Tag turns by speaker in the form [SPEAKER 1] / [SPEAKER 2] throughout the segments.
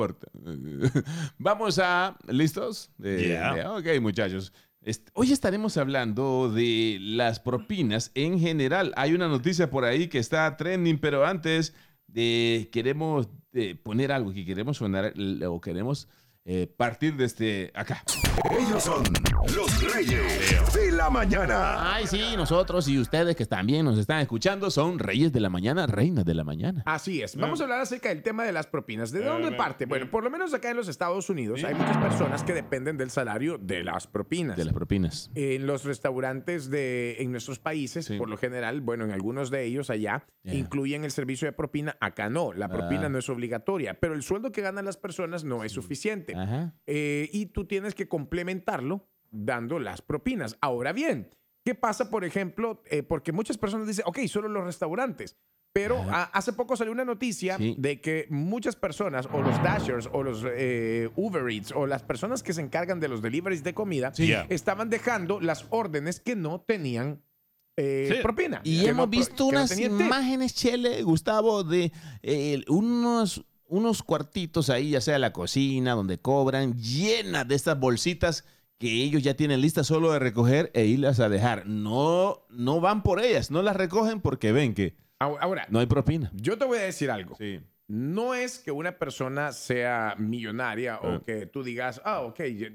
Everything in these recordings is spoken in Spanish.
[SPEAKER 1] importa. Vamos a... ¿Listos? Ok, muchachos. Hoy estaremos hablando de las propinas en general. Hay una noticia por ahí que está trending, pero antes queremos poner algo que queremos sonar o queremos partir desde acá.
[SPEAKER 2] Ellos son los Reyes de la Mañana.
[SPEAKER 1] Ay, sí, nosotros y ustedes que también nos están escuchando son Reyes de la Mañana, Reinas de la Mañana.
[SPEAKER 3] Así es. Vamos a hablar acerca del tema de las propinas. ¿De dónde parte? Bueno, por lo menos acá en los Estados Unidos hay muchas personas que dependen del salario de las propinas.
[SPEAKER 1] De las propinas.
[SPEAKER 3] En los restaurantes en nuestros países, por lo general, bueno, en algunos de ellos allá, incluyen el servicio de propina. Acá no. La propina no es obligatoria, pero el sueldo que ganan las personas no es suficiente. Y tú tienes que complementarlo dando las propinas. Ahora bien, ¿qué pasa, por ejemplo? Porque muchas personas dicen, ok, solo los restaurantes. Pero hace poco salió una noticia de que muchas personas, o los Dashers, o los Uber Eats, o las personas que se encargan de los deliveries de comida, estaban dejando las órdenes que no tenían propina.
[SPEAKER 1] Y hemos visto unas imágenes, Chele, Gustavo, de unos cuartitos ahí, ya sea la cocina, donde cobran, llenas de estas bolsitas que ellos ya tienen listas solo de recoger e irlas a dejar. No van por ellas, no las recogen porque ven que
[SPEAKER 3] ahora,
[SPEAKER 1] no hay propina.
[SPEAKER 3] Yo te voy a decir algo.
[SPEAKER 1] Sí.
[SPEAKER 3] No es que una persona sea millonaria o que tú digas, ok,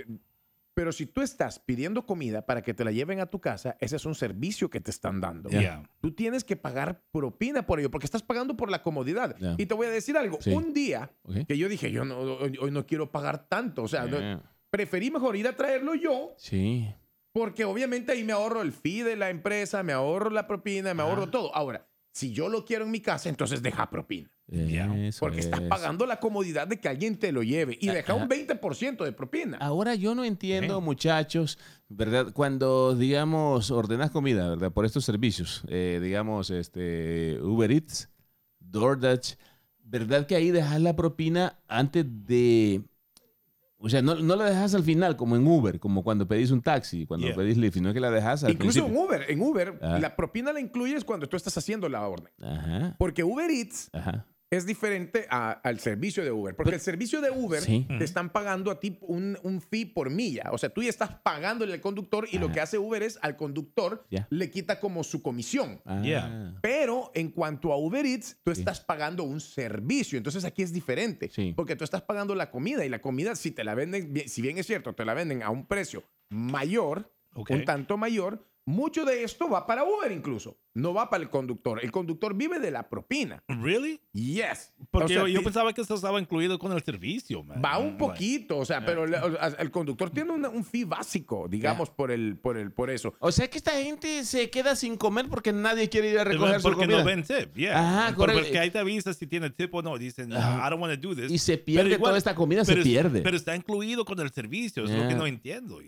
[SPEAKER 3] pero si tú estás pidiendo comida para que te la lleven a tu casa, ese es un servicio que te están dando. Tú tienes que pagar propina por ello porque estás pagando por la comodidad. Y te voy a decir algo. Un día que yo dije, hoy no quiero pagar tanto. O sea, preferí mejor ir a traerlo yo.
[SPEAKER 1] Sí.
[SPEAKER 3] Porque obviamente ahí me ahorro el fee de la empresa, me ahorro la propina, me ahorro todo. Ahora, si yo lo quiero en mi casa, entonces deja propina. Porque estás pagando la comodidad de que alguien te lo lleve y deja un 20% de propina.
[SPEAKER 1] Ahora yo no entiendo, muchachos, ¿verdad? Cuando, digamos, ordenas comida, ¿verdad? Por estos servicios, digamos, Uber Eats, DoorDash, ¿verdad que ahí dejas la propina antes de... O sea, no la dejas al final, como en Uber, como cuando pedís un taxi, cuando pedís Lyft, sino que la dejas al
[SPEAKER 3] Incluso
[SPEAKER 1] principio.
[SPEAKER 3] en Uber, la propina la incluyes cuando tú estás haciendo la orden. Porque Uber Eats es diferente al servicio de Uber. Porque el servicio de Uber te están pagando a ti un fee por milla. O sea, tú ya estás pagándole al conductor y lo que hace Uber es al conductor le quita como su comisión. Pero en cuanto a Uber Eats, tú estás pagando un servicio. Entonces aquí es diferente. Porque tú estás pagando la comida y la comida, si te la venden, si bien es cierto, te la venden a un precio mayor, un tanto mayor, mucho de esto va para Uber incluso. No va para el conductor. El conductor vive de la propina.
[SPEAKER 4] ¿Really?
[SPEAKER 3] Yes.
[SPEAKER 4] Porque yo pensaba que eso estaba incluido con el servicio, man.
[SPEAKER 3] Va un poquito, o sea, pero el conductor tiene un fee básico, digamos, por eso.
[SPEAKER 1] O sea que esta gente se queda sin comer porque nadie quiere ir a recoger su comida.
[SPEAKER 4] Porque no ven tip, porque ahí te avisas si tiene tip o no. Dicen, I don't want to do this.
[SPEAKER 1] Y se pierde toda esta comida, se pierde.
[SPEAKER 4] Pero está incluido con el servicio, es lo que no entiendo,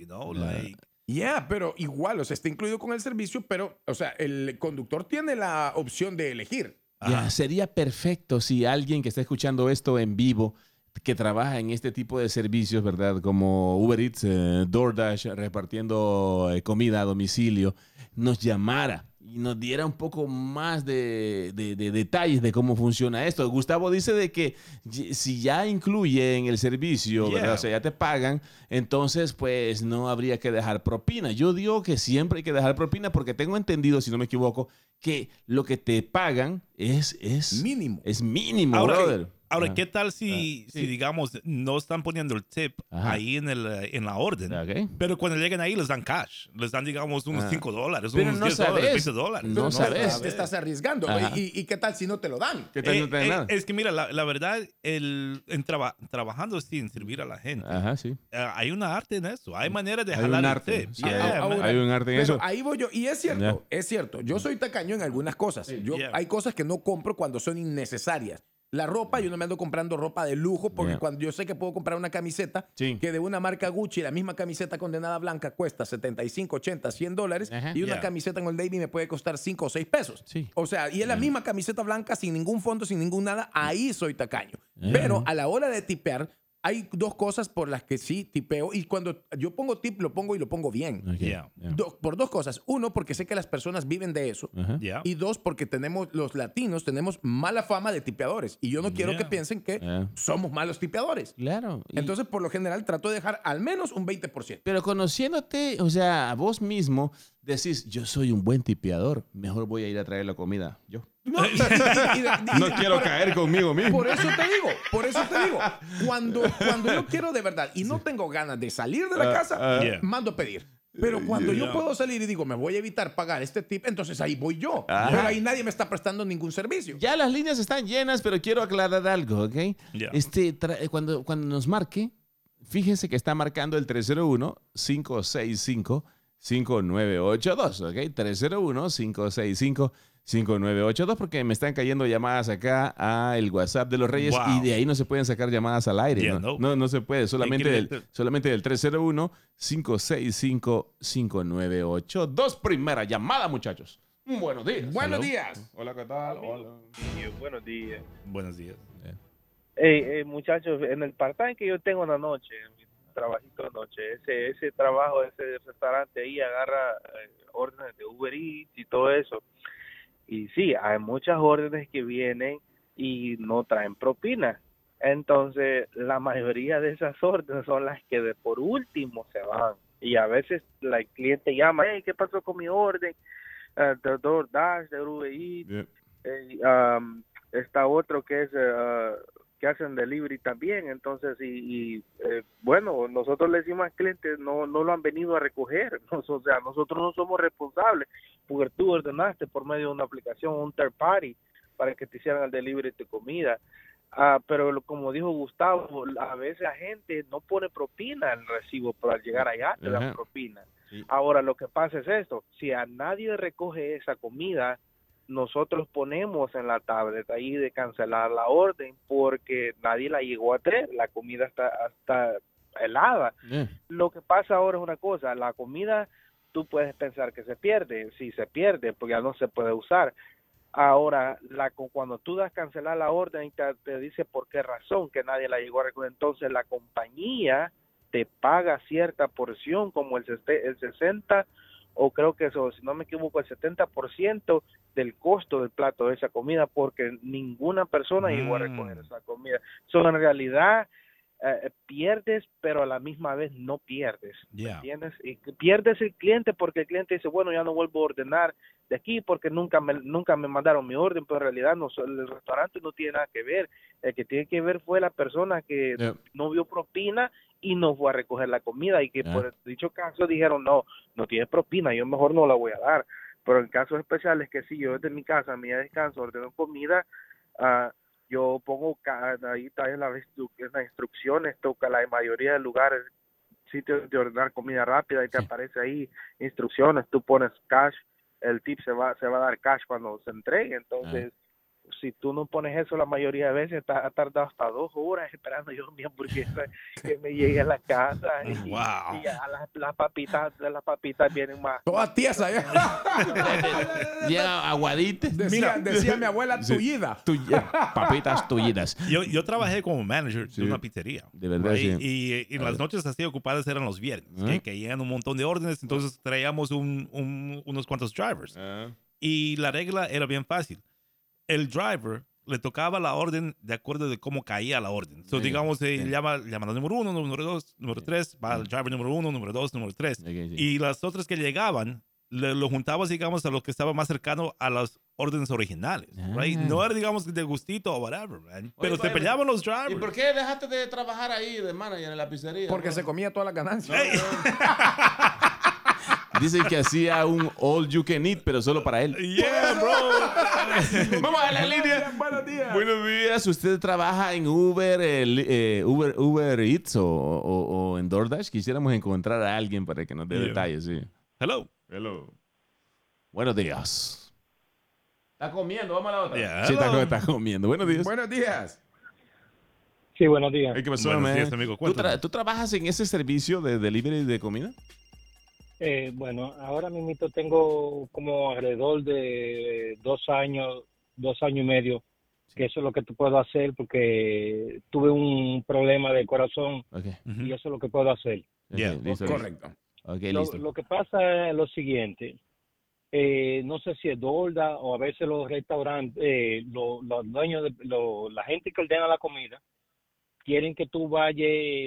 [SPEAKER 3] pero igual, o sea, está incluido con el servicio, pero, o sea, el conductor tiene la opción de elegir.
[SPEAKER 1] Sería perfecto si alguien que está escuchando esto en vivo, que trabaja en este tipo de servicios, ¿verdad? Como Uber Eats, DoorDash, repartiendo comida a domicilio, nos llamara y nos diera un poco más de detalles de cómo funciona esto. Gustavo dice de que si ya incluye en el servicio, ¿verdad? O sea, ya te pagan, entonces pues no habría que dejar propina. Yo digo que siempre hay que dejar propina porque tengo entendido, si no me equivoco, que lo que te pagan es
[SPEAKER 3] mínimo.
[SPEAKER 1] Es mínimo,
[SPEAKER 4] ahora,
[SPEAKER 1] brother.
[SPEAKER 4] Ahora, ¿qué tal si digamos, no están poniendo el tip ahí en la orden? Pero cuando llegan ahí les dan cash. Les dan, digamos, unos $5,
[SPEAKER 1] pero
[SPEAKER 4] unos
[SPEAKER 1] no
[SPEAKER 4] $10,
[SPEAKER 1] sabes,
[SPEAKER 4] $20.
[SPEAKER 1] No sabes.
[SPEAKER 3] Te estás arriesgando. ¿Y qué tal si no te lo dan?
[SPEAKER 1] ¿Qué tal no te dan nada?
[SPEAKER 4] Es que mira, la verdad, trabajando sin servir a la gente, hay un arte en eso. Hay maneras de jalar el tip.
[SPEAKER 1] Hay un arte en eso.
[SPEAKER 3] Ahí voy yo. Y es cierto. Yo soy tacaño en algunas cosas. Hay cosas que no compro cuando son innecesarias. La ropa, yo no me ando comprando ropa de lujo porque cuando yo sé que puedo comprar una camiseta que de una marca Gucci, la misma camiseta condenada blanca cuesta $75, $80, $100 y una camiseta en Old Navy me puede costar 5 o 6 pesos. O sea, y es la misma camiseta blanca sin ningún fondo, sin ningún nada, ahí soy tacaño. Pero a la hora de tipear, hay dos cosas por las que sí tipeo. Y cuando yo pongo tip, lo pongo bien.
[SPEAKER 1] Okay.
[SPEAKER 3] Por dos cosas. Uno, porque sé que las personas viven de eso. Y dos, porque los latinos tenemos mala fama de tipeadores. Y yo no quiero que piensen que somos malos tipeadores.
[SPEAKER 1] Claro.
[SPEAKER 3] Entonces, por lo general, trato de dejar al menos un 20%.
[SPEAKER 1] Pero conociéndote, o sea, a vos mismo, decís, yo soy un buen tipeador. Mejor voy a ir a traer la comida yo.
[SPEAKER 3] No,
[SPEAKER 1] no quiero caer conmigo mismo.
[SPEAKER 3] Por eso te digo. Cuando yo quiero de verdad y no tengo ganas de salir de la casa, mando a pedir. Pero cuando yo puedo salir y digo, me voy a evitar pagar este tip, entonces ahí voy yo. Pero ahí nadie me está prestando ningún servicio.
[SPEAKER 1] Ya las líneas están llenas, pero quiero aclarar algo, ¿ok? Cuando nos marque, fíjese que está marcando el 301-565-5982, ¿ok? 301-565-5982, porque me están cayendo llamadas acá a el WhatsApp de los Reyes y de ahí no se pueden sacar llamadas al aire. No se puede, solamente del 301-565-5982. Primera llamada, muchachos. Buenos días.
[SPEAKER 3] Buenos días.
[SPEAKER 1] Hola, ¿qué tal? Hola.
[SPEAKER 5] Buenos días.
[SPEAKER 4] Buenos días.
[SPEAKER 5] Muchachos, en el part-time que yo tengo en la noche, mi trabajito de noche, ese trabajo, ese restaurante ahí agarra órdenes de Uber Eats y todo eso. Y sí, hay muchas órdenes que vienen y no traen propina. Entonces, la mayoría de esas órdenes son las que de por último se van. Y a veces el cliente llama, hey, ¿qué pasó con mi orden? De DoorDash, de Uber Eats. Está otro que es que hacen delivery también. Entonces, bueno, nosotros le decimos al cliente, no lo han venido a recoger. O sea, nosotros no somos responsables porque tú ordenaste por medio de una aplicación, un third party, para que te hicieran el delivery de tu comida. Pero como dijo Gustavo, a veces la gente no pone propina en el recibo, pero al llegar allá te dan propina. Sí. Ahora, lo que pasa es esto, si a nadie recoge esa comida, nosotros ponemos en la tablet ahí de cancelar la orden porque nadie la llegó a traer, la comida está helada. Lo que pasa ahora es una cosa, la comida tú puedes pensar que se pierde, sí se pierde porque ya no se puede usar. Ahora, cuando tú das cancelar la orden y te dice por qué razón que nadie la llegó a recoger, entonces la compañía te paga cierta porción como el 60 o creo que eso, si no me equivoco, el 70% del costo del plato de esa comida porque ninguna persona llegó a recoger esa comida. En realidad pierdes, pero a la misma vez no pierdes, ¿entiendes? Y pierdes el cliente porque el cliente dice, bueno, ya no vuelvo a ordenar de aquí porque nunca me mandaron mi orden, pero en realidad el restaurante no tiene nada que ver. El que tiene que ver fue la persona que no vio propina y no fue a recoger la comida y que por dicho caso dijeron, no tienes propina, yo mejor no la voy a dar. Pero en casos especiales que sí, yo desde mi casa, a mi descanso, ordeno comida, yo pongo ahí también las instrucciones, toca la mayoría de lugares, sitios de ordenar comida rápida y te aparece ahí instrucciones, tú pones cash, el tip se va a dar cash cuando se entregue, entonces si tú no pones eso la mayoría de veces ha tardado hasta 2 horas esperando yo mi hamburguesa que me llegue a la casa y las papitas vienen más
[SPEAKER 3] todas tiesas
[SPEAKER 1] llega aguaditas.
[SPEAKER 3] Decía mi abuela tullida.
[SPEAKER 1] Papitas tullidas.
[SPEAKER 4] Yo trabajé como manager de una pizzería
[SPEAKER 1] de verdad,
[SPEAKER 4] y las noches así ocupadas eran los viernes que llegan un montón de órdenes, entonces traíamos unos cuantos drivers y la regla era bien fácil. El driver le tocaba la orden de acuerdo de cómo caía la orden. Entonces, digamos, llama al número 1, número 2, número 3, va al driver número 1, número 2, número 3. Y las otras que llegaban, lo juntabas, digamos, a lo que estaba más cercano a las órdenes originales. Right? No era, digamos, de gustito o whatever, man. Pero te peleaban los drivers.
[SPEAKER 1] ¿Y por qué dejaste de trabajar ahí de manager en la pizzería?
[SPEAKER 3] Porque se comía toda la ganancia.
[SPEAKER 1] Dicen que hacía un all you can eat, pero solo para él.
[SPEAKER 4] Yeah, bro.
[SPEAKER 1] Vamos a la línea.
[SPEAKER 3] Buenos días.
[SPEAKER 1] Buenos días. ¿Usted trabaja en Uber Eats o en DoorDash? Quisiéramos encontrar a alguien para que nos dé detalles. Sí.
[SPEAKER 4] Hello.
[SPEAKER 1] Buenos días. ¿Está comiendo? Vamos a la otra.
[SPEAKER 4] Yeah,
[SPEAKER 1] sí, está comiendo. Buenos días.
[SPEAKER 3] Buenos días.
[SPEAKER 6] Sí, buenos días.
[SPEAKER 1] ¿Qué pasó,
[SPEAKER 4] buenos días, amigo.
[SPEAKER 1] ¿Tú trabajas en ese servicio de delivery de comida?
[SPEAKER 6] Bueno, ahora mismo tengo como alrededor de 2 años y medio que eso es lo que te puedo hacer porque tuve un problema de corazón y eso es lo que puedo hacer.
[SPEAKER 1] Listo,
[SPEAKER 3] correcto.
[SPEAKER 1] Listo.
[SPEAKER 6] Lo que pasa es lo siguiente. No sé si es DoorDash o a veces los restaurantes, los dueños, la gente que ordena la comida, quieren que tú vayas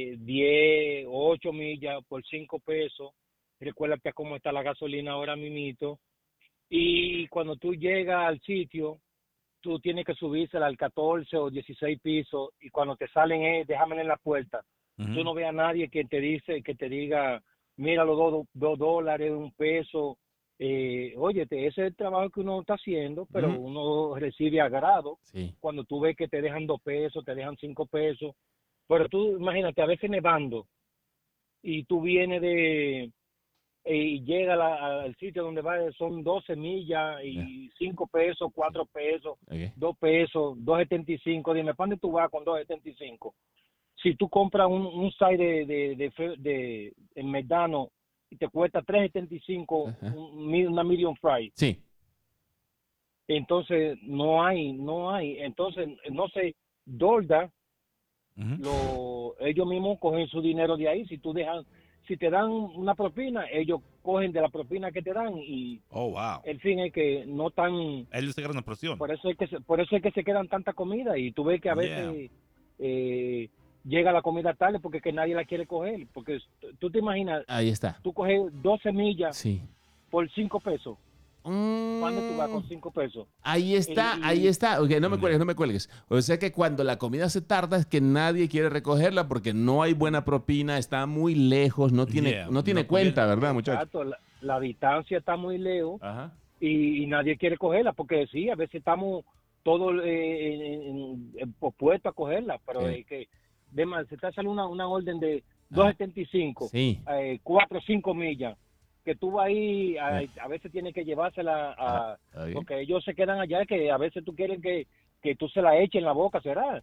[SPEAKER 6] 10 o 8 millas por 5 pesos. Recuerda que cómo está la gasolina ahora mismito. Y cuando tú llegas al sitio, tú tienes que subírsela al 14 o 16 pisos y cuando te salen déjame en la puerta. Tú no ves a nadie que te diga, mira los $2, $1 peso. Oye, ese es el trabajo que uno está haciendo, pero uno recibe agrado cuando tú ves que te dejan 2 pesos, te dejan 5 pesos. Pero tú imagínate, a veces nevando y tú vienes y llega al sitio donde va, son 12 millas y 5 pesos, 4 pesos, 2 pesos, 2.75. Dime, ¿para dónde tú vas con 2.75? Si tú compras un side en McDonald's y te cuesta 3.75 una medium fry.
[SPEAKER 1] Sí.
[SPEAKER 6] Entonces, no hay. Entonces, no sé, DoorDash, ellos mismos cogen su dinero de ahí. Si te dan una propina, ellos cogen de la propina que te dan y el fin es que no tan...
[SPEAKER 4] Ellos se ganan una porción.
[SPEAKER 6] Por eso es que se quedan tanta comida y tú ves que a veces llega la comida tarde porque que nadie la quiere coger. Porque tú te imaginas,
[SPEAKER 1] ahí está.
[SPEAKER 6] Tú coges 12 millas por 5 pesos. ¿Cuándo tú vas con 5 pesos?
[SPEAKER 1] Ahí está. Okay, no me cuelgues. O sea que cuando la comida se tarda es que nadie quiere recogerla porque no hay buena propina, está muy lejos, no tiene cuenta, ¿verdad, muchachos?
[SPEAKER 6] Exacto, la distancia está muy lejos y nadie quiere cogerla porque sí, a veces estamos todos pospuestos a cogerla, pero es que, además, se está saliendo una orden de 2.75, 4 o 5 millas. Que tú vas ahí, a veces tienes que llevársela porque ellos se quedan allá, que a veces tú quieres que tú se la eches en la boca, ¿será?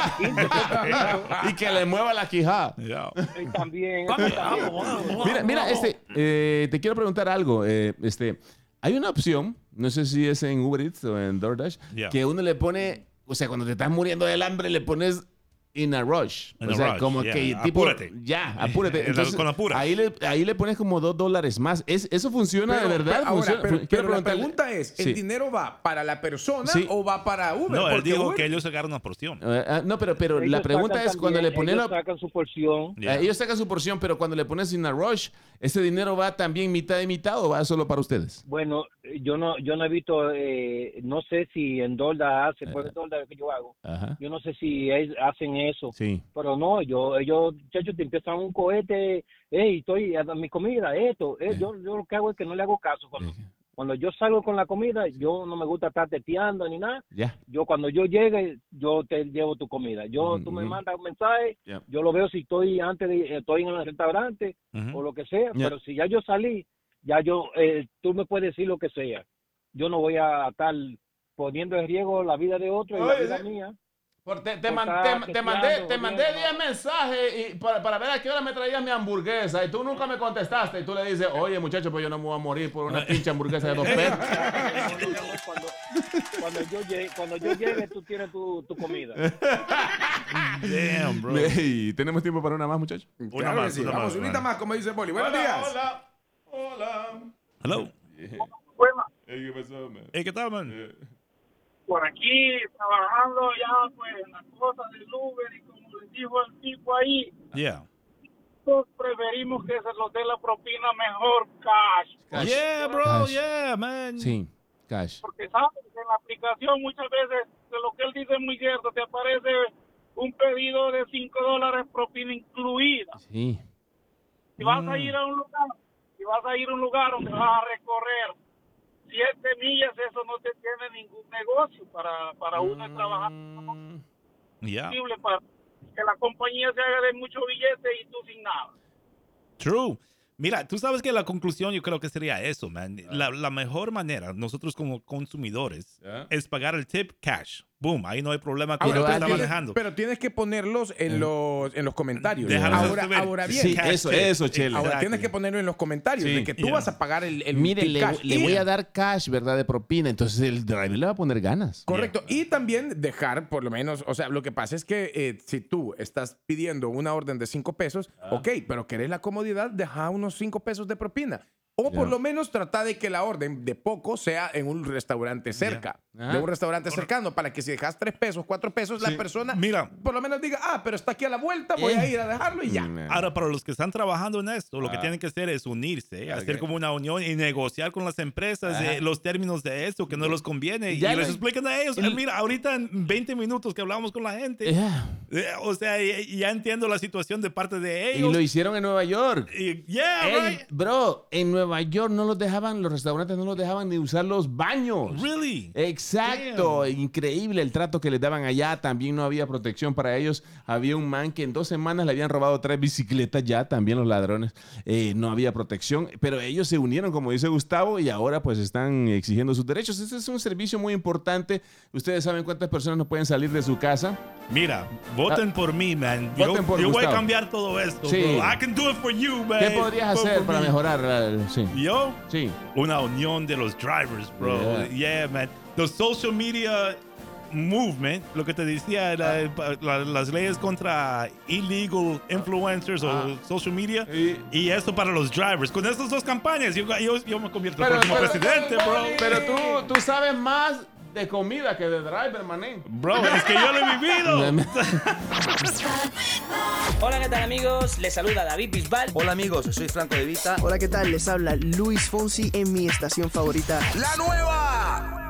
[SPEAKER 1] Y que le mueva la quijada.
[SPEAKER 6] También.
[SPEAKER 1] Mira, te quiero preguntar algo. Hay una opción, no sé si es en Uber Eats o en DoorDash, que uno le pone, o sea, cuando te estás muriendo del hambre, le pones in a rush. Como que tipo, apúrate. Entonces,
[SPEAKER 4] con apuras.
[SPEAKER 1] Ahí le pones como $2 más. ¿Eso funciona de verdad?
[SPEAKER 3] Pero la pregunta es, ¿el dinero va para la persona o va para Uber?
[SPEAKER 4] No, él dijo que ellos sacaron una porción.
[SPEAKER 1] No, pero la pregunta es cuando le ponen...
[SPEAKER 6] Ellos sacan su porción.
[SPEAKER 1] Ellos sacan su porción, pero cuando le pones in a rush, ¿ese dinero va también mitad y mitad o va solo para ustedes?
[SPEAKER 6] Bueno, yo no he visto, no sé si en DoorDash hace, por el DoorDash que yo hago, yo no sé si hacen eso, pero no, ellos muchachos te empiezan un cohete, estoy a mi comida, yo lo que hago es que no le hago caso cuando yo salgo con la comida, yo no me gusta estar teteando ni nada. Yo cuando yo llegue, yo te llevo tu comida. Tú me mandas un mensaje, yo lo veo si estoy estoy en el restaurante o lo que sea, pero si ya yo salí, tú me puedes decir lo que sea. Yo no voy a estar poniendo en riesgo la vida de otro y la vida mía.
[SPEAKER 1] Te mandé 10 mensajes para ver a qué hora me traías mi hamburguesa y tú nunca me contestaste y tú le dices, oye muchacho, pues yo no me voy a morir por una pinche hamburguesa de 2 pesos.
[SPEAKER 6] Cuando yo llegue, tú tienes tu comida.
[SPEAKER 4] Damn, bro.
[SPEAKER 1] Hey, ¿tenemos tiempo para una más, muchachos?
[SPEAKER 3] Una más, unita más, como dice Poli. Buenos días.
[SPEAKER 1] Hola.
[SPEAKER 4] Hello.
[SPEAKER 7] Buenas.
[SPEAKER 1] Hey, ¿qué pasó, man?
[SPEAKER 4] Hey, ¿qué tal, man?
[SPEAKER 7] Por aquí, trabajando ya, pues, en las cosas del Uber y como les dijo el tipo ahí, nosotros preferimos que se nos dé la propina mejor cash.
[SPEAKER 4] Yeah, bro,
[SPEAKER 1] cash.
[SPEAKER 4] Yeah, man.
[SPEAKER 1] Sí, cash.
[SPEAKER 7] Porque, ¿sabes? En la aplicación muchas veces, de lo que él dice es muy cierto, te aparece un pedido de $5 propina incluida.
[SPEAKER 1] Sí.
[SPEAKER 7] Si vas a ir a un lugar donde vas a recorrer 7 millas, eso no te tiene ningún negocio para uno trabajar posible para que la compañía se haga de mucho billete y tú sin nada.
[SPEAKER 4] True. Mira, tú sabes que la conclusión yo creo que sería eso, man. La mejor manera, nosotros como consumidores, es pagar el tip cash. boom, ahí no hay problema con lo que está manejando.
[SPEAKER 3] Pero tienes que ponerlos en los comentarios.
[SPEAKER 1] Ahora bien. Sí, eso, Chele.
[SPEAKER 3] Ahora tienes que ponerlo en los comentarios de que tú vas a pagar el
[SPEAKER 1] Mire,
[SPEAKER 3] cash.
[SPEAKER 1] le voy a dar cash, ¿verdad? De propina. Entonces el driver le va a poner ganas.
[SPEAKER 3] Correcto. Y también dejar, por lo menos, o sea, lo que pasa es que si tú estás pidiendo una orden de $5, ok, pero querés la comodidad, deja unos $5 de propina. O por lo menos trata de que la orden de poco sea en un restaurante cerca. De un restaurante cercano, para que si dejas $3, $4, la persona por lo menos diga, pero está aquí a la vuelta, voy a ir a dejarlo y ya.
[SPEAKER 4] Ahora, para los que están trabajando en esto, lo que tienen que hacer es unirse, hacer como una unión y negociar con las empresas los términos de esto, que no les conviene. Y les explican a ellos. Mira, ahorita en 20 minutos que hablamos con la gente, o sea, ya entiendo la situación de parte de ellos.
[SPEAKER 1] Y lo hicieron en Nueva York. Bro, en Nueva York los restaurantes no los dejaban ni usar los baños.
[SPEAKER 4] Really?
[SPEAKER 1] Exacto.
[SPEAKER 4] Damn.
[SPEAKER 1] Increíble el trato que les daban allá. También no había protección para ellos. Había un man que en 2 semanas le habían robado 3 bicicletas ya, también los ladrones. No había protección, pero ellos se unieron, como dice Gustavo, y ahora pues están exigiendo sus derechos. Este es un servicio muy importante. Ustedes saben cuántas personas no pueden salir de su casa.
[SPEAKER 4] Mira, voten por mí, man.
[SPEAKER 1] Yo
[SPEAKER 4] voy a cambiar todo esto, bro. I can do it for you, man.
[SPEAKER 1] ¿Qué podrías hacer para mejorar?
[SPEAKER 4] Yo?
[SPEAKER 1] Sí.
[SPEAKER 4] Una unión de los drivers, bro. Yeah, man. The social media movement, lo que te decía, las leyes contra illegal influencers o social media, y esto para los drivers. Con estas 2 campañas, yo me convierto en el próximo presidente, bro.
[SPEAKER 1] Pero tú sabes más de comida que de driver, mané.
[SPEAKER 4] Bro, es que yo lo he vivido.
[SPEAKER 8] Hola, ¿qué tal, amigos? Les saluda David Bisbal.
[SPEAKER 9] Hola, amigos, soy Franco De Vita.
[SPEAKER 10] Hola, ¿qué tal? Les habla Luis Fonsi en mi estación favorita.
[SPEAKER 2] La nueva